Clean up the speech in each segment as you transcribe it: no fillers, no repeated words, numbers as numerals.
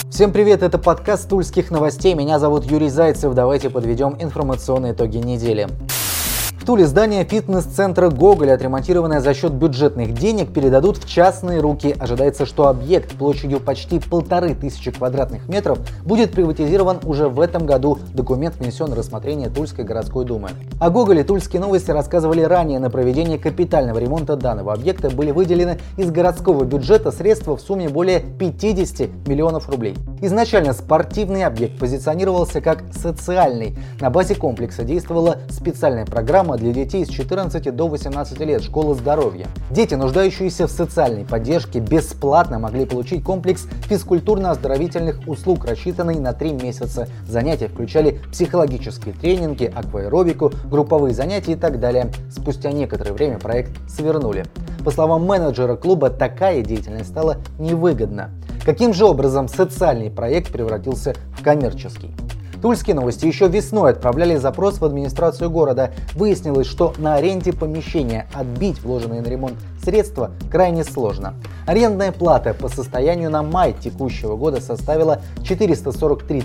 Всем привет, это подкаст Тульских новостей, меня зовут Юрий Зайцев, давайте подведем информационные итоги недели. В Туле здание фитнес-центра «Гоголь», отремонтированное за счет бюджетных денег, передадут в частные руки. Ожидается, что объект площадью почти 1500 квадратных метров будет приватизирован уже в этом году. Документ внесен на рассмотрение Тульской городской думы. О «Гоголе» Тульские новости рассказывали ранее. На проведение капитального ремонта данного объекта были выделены из городского бюджета средства в сумме более 50 миллионов рублей. Изначально спортивный объект позиционировался как социальный. На базе комплекса действовала специальная программа для детей с 14 до 18 лет «Школа здоровья». Дети, нуждающиеся в социальной поддержке, бесплатно могли получить комплекс физкультурно-оздоровительных услуг, рассчитанный на 3 месяца. Занятия включали психологические тренинги, акваэробику, групповые занятия и так далее. Спустя некоторое время проект свернули. По словам менеджера клуба, такая деятельность стала невыгодна. Каким же образом социальный проект превратился в коммерческий? Тульские новости еще весной отправляли запрос в администрацию города. Выяснилось, что на аренде помещения отбить вложенные на ремонт средства крайне сложно. Арендная плата по состоянию на май текущего года составила 443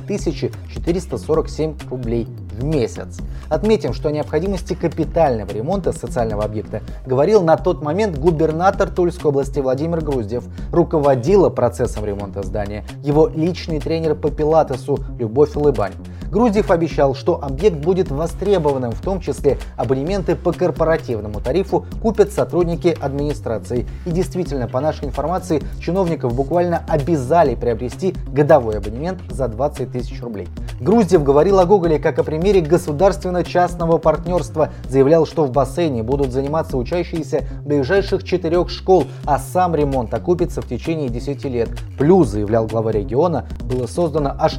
447 рублей в месяц. Отметим, что о необходимости капитального ремонта социального объекта говорил на тот момент губернатор Тульской области Владимир Груздев. Руководила процессом ремонта здания его личный тренер по пилатесу Любовь Улыбань. Груздев обещал, что объект будет востребованным, в том числе абонементы по корпоративному тарифу купят сотрудники администрации. И действительно, по нашей информации, чиновников буквально обязали приобрести годовой абонемент за 20 тысяч рублей. Груздев говорил о «Гоголе» как о примере государственно-частного партнерства. Заявлял, что в бассейне будут заниматься учащиеся ближайших 4 школ, а сам ремонт окупится в течение 10 лет. Плюс, заявлял глава региона, было создано аж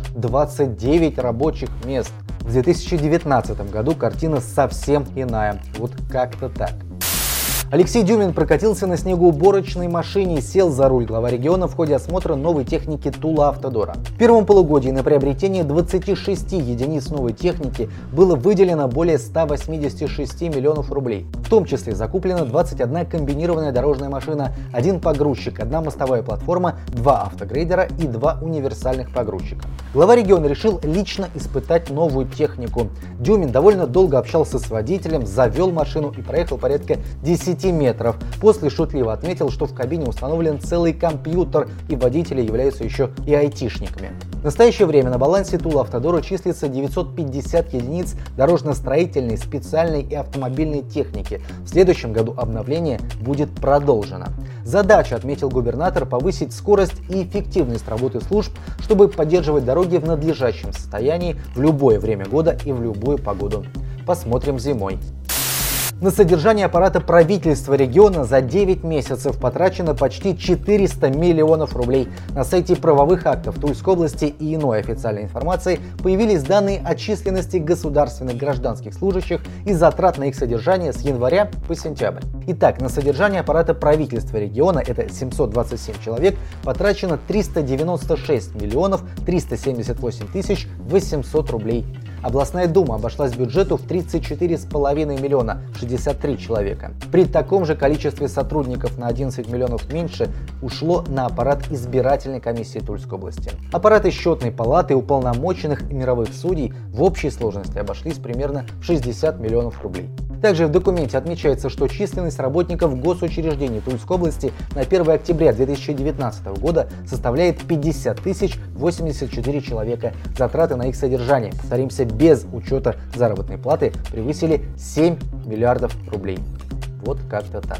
29 рабочих мест. В 2019 году картина совсем иная. Вот как-то так. Алексей Дюмин прокатился на снегоуборочной машине и сел за руль. Глава региона в ходе осмотра новой техники Тула-Автодора. В первом полугодии на приобретение 26 единиц новой техники было выделено более 186 миллионов рублей. В том числе закуплена 21 комбинированная дорожная машина, 1 погрузчик, 1 мостовая платформа, 2 автогрейдера и 2 универсальных погрузчика. Глава региона решил лично испытать новую технику. Дюмин довольно долго общался с водителем, завел машину и проехал порядка 10 метров. После шутливо отметил, что в кабине установлен целый компьютер и водители являются еще и айтишниками. В настоящее время на балансе Тула-Автодора числится 950 единиц дорожно-строительной, специальной и автомобильной техники. В следующем году обновление будет продолжено. Задача, отметил губернатор, повысить скорость и эффективность работы служб, чтобы поддерживать дороги в надлежащем состоянии в любое время года и в любую погоду. Посмотрим зимой. На содержание аппарата правительства региона за 9 месяцев потрачено почти 400 миллионов рублей. На сайте правовых актов Тульской области и иной официальной информации появились данные о численности государственных гражданских служащих и затрат на их содержание с января по сентябрь. Итак, на содержание аппарата правительства региона, это 727 человек, потрачено 396 миллионов 378 тысяч 800 рублей. Областная дума обошлась бюджету в 34,5 миллиона, 63 человека. При таком же количестве сотрудников на 11 миллионов меньше ушло на аппарат избирательной комиссии Тульской области. Аппараты счетной палаты, уполномоченных и мировых судей в общей сложности обошлись примерно в 60 миллионов рублей. Также в документе отмечается, что численность работников госучреждений Тульской области на 1 октября 2019 года составляет 50 084 человека. Затраты на их содержание, повторимся, без учета заработной платы, превысили 7 миллиардов рублей. Вот как-то так.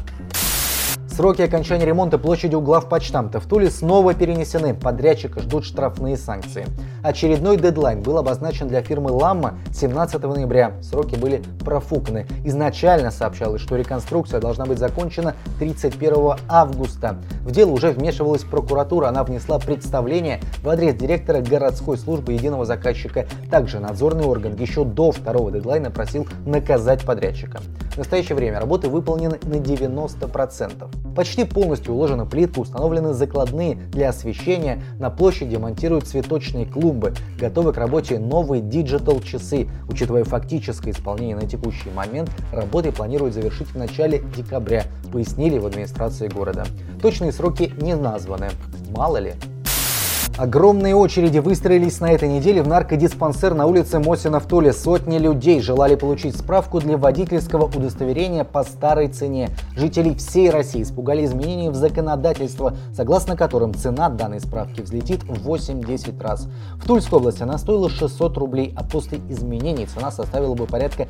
Сроки окончания ремонта площади у главпочтамта в Туле снова перенесены. Подрядчика ждут штрафные санкции. Очередной дедлайн был обозначен для фирмы «Ламма» 17 ноября. Сроки были профуканы. Изначально сообщалось, что реконструкция должна быть закончена 31 августа. В дело уже вмешивалась прокуратура. Она внесла представление в адрес директора городской службы единого заказчика. Также надзорный орган еще до второго дедлайна просил наказать подрядчика. В настоящее время работы выполнены на 90%. Почти полностью уложена плитка, установлены закладные для освещения, на площади монтируют цветочные клумбы, готовы к работе новые диджитал-часы. Учитывая фактическое исполнение на текущий момент, работы планируют завершить в начале декабря, пояснили в администрации города. Точные сроки не названы, мало ли. Огромные очереди выстроились на этой неделе в наркодиспансер на улице Мосина в Туле. Сотни людей желали получить справку для водительского удостоверения по старой цене. Жители всей России испугали изменений в законодательство, согласно которым цена данной справки взлетит в 8-10 раз. В Тульской области она стоила 600 рублей, а после изменений цена составила бы порядка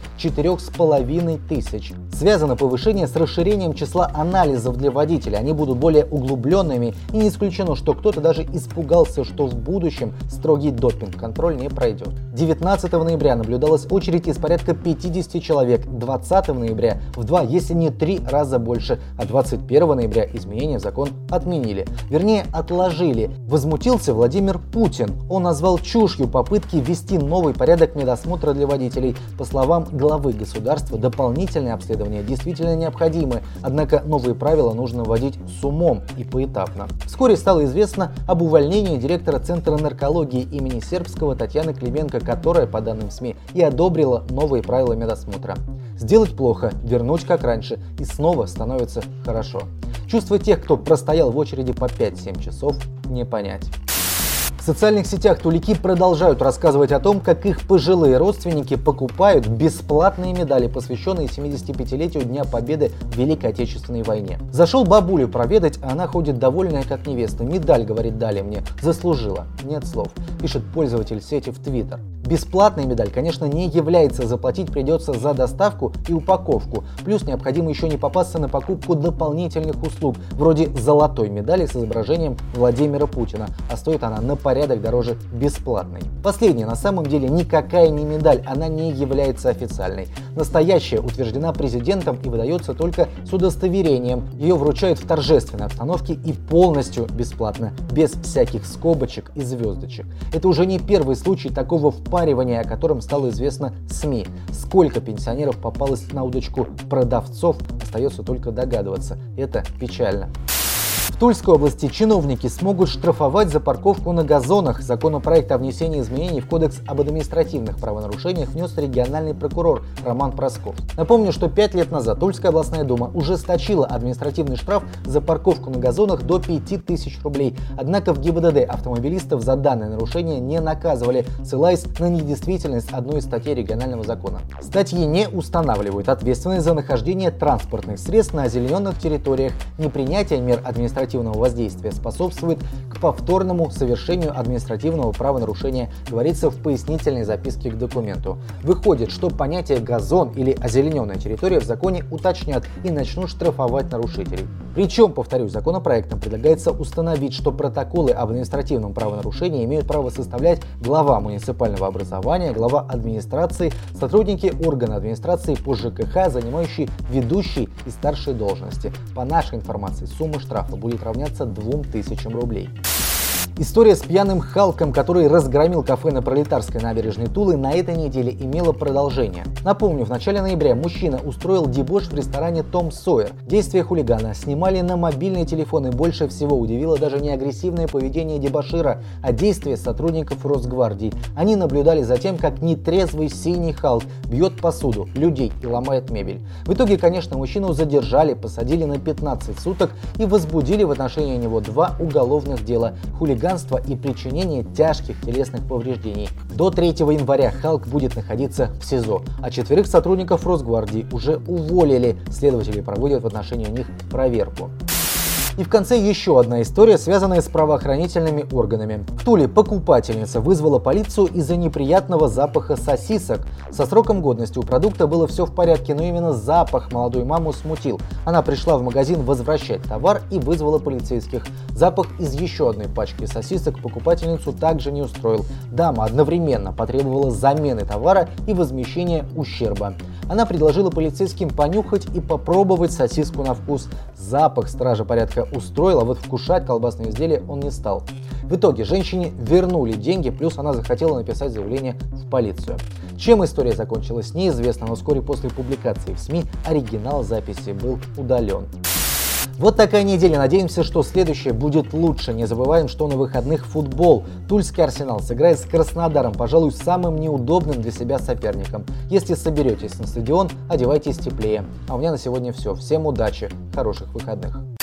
4500. Связано повышение с расширением числа анализов для водителей. Они будут более углубленными, и не исключено, что кто-то даже испугался, что в будущем строгий допинг-контроль не пройдет. 19 ноября наблюдалась очередь из порядка 50 человек, 20 ноября в 2, если не 3 раза больше, а 21 ноября изменения в закон отменили. Вернее, отложили. Возмутился Владимир Путин. Он назвал чушью попытки ввести новый порядок медосмотра для водителей. По словам главы государства, дополнительные обследования действительно необходимы, однако новые правила нужно вводить с умом и поэтапно. Вскоре стало известно об увольнении директора Центра наркологии имени Сербского Татьяны Клименко, которая, по данным СМИ, и одобрила новые правила медосмотра. Сделать плохо, вернуть как раньше, и снова становится хорошо. Чувства тех, кто простоял в очереди по 5-7 часов, не понять. В социальных сетях туляки продолжают рассказывать о том, как их пожилые родственники покупают бесплатные медали, посвященные 75-летию Дня Победы в Великой Отечественной войне. Зашел бабулю проведать, а она ходит довольная как невеста. Медаль, говорит, дали мне. Заслужила. Нет слов. Пишет пользователь сети в Твиттер. Бесплатная медаль, конечно, не является, заплатить придется за доставку и упаковку. Плюс необходимо еще не попасться на покупку дополнительных услуг, вроде золотой медали с изображением Владимира Путина, а стоит она на порядок дороже бесплатной. Последняя на самом деле никакая не медаль, она не является официальной. Настоящая утверждена президентом и выдается только с удостоверением. Ее вручают в торжественной обстановке и полностью бесплатно, без всяких скобочек и звездочек. Это уже не первый случай такого впаривания, о котором стало известно СМИ. Сколько пенсионеров попалось на удочку продавцов, остается только догадываться. Это печально. В Тульской области чиновники смогут штрафовать за парковку на газонах. Законопроект о внесении изменений в Кодекс об административных правонарушениях внес региональный прокурор Роман Просков. Напомню, что 5 лет назад Тульская областная дума ужесточила административный штраф за парковку на газонах до 5000 рублей. Однако в ГИБДД автомобилистов за данное нарушение не наказывали, ссылаясь на недействительность одной из статей регионального закона. Статьи не устанавливают ответственность за нахождение транспортных средств на озелененных территориях. Непринятие мер административного воздействия способствует к повторному совершению административного правонарушения, говорится в пояснительной записке к документу. Выходит, что понятие «газон» или «озелененная территория» в законе уточнят и начнут штрафовать нарушителей. Причем, повторюсь, законопроектом предлагается установить, что протоколы об административном правонарушении имеют право составлять глава муниципального образования, глава администрации, сотрудники органа администрации по ЖКХ, занимающие ведущие и старшие должности. По нашей информации, сумма штрафа будет равняться 2000 рублей. История с пьяным Халком, который разгромил кафе на Пролетарской набережной Тулы, на этой неделе имела продолжение. Напомню, в начале ноября мужчина устроил дебош в ресторане Том Сойер. Действия хулигана снимали на мобильные телефоны. Больше всего удивило даже не агрессивное поведение дебошира, а действия сотрудников Росгвардии. Они наблюдали за тем, как нетрезвый синий Халк бьет посуду, людей и ломает мебель. В итоге, конечно, мужчину задержали, посадили на 15 суток и возбудили в отношении него 2 уголовных дела – хулиганство и причинение тяжких телесных повреждений. До 3 января Халк будет находиться в СИЗО, а 4 сотрудников Росгвардии уже уволили. Следователи проводят в отношении них проверку. И в конце еще одна история, связанная с правоохранительными органами. В Туле покупательница вызвала полицию из-за неприятного запаха сосисок. Со сроком годности у продукта было все в порядке, но именно запах молодую маму смутил. Она пришла в магазин возвращать товар и вызвала полицейских. Запах из еще одной пачки сосисок покупательницу также не устроил. Дама одновременно потребовала замены товара и возмещения ущерба. Она предложила полицейским понюхать и попробовать сосиску на вкус. Запах стража порядка устроил, а вот вкушать колбасные изделия он не стал. В итоге женщине вернули деньги, плюс она захотела написать заявление в полицию. Чем история закончилась, неизвестно, но вскоре после публикации в СМИ оригинал записи был удален. Вот такая неделя. Надеемся, что следующая будет лучше. Не забываем, что на выходных футбол. Тульский Арсенал сыграет с Краснодаром, пожалуй, самым неудобным для себя соперником. Если соберетесь на стадион, одевайтесь теплее. А у меня на сегодня все. Всем удачи, хороших выходных.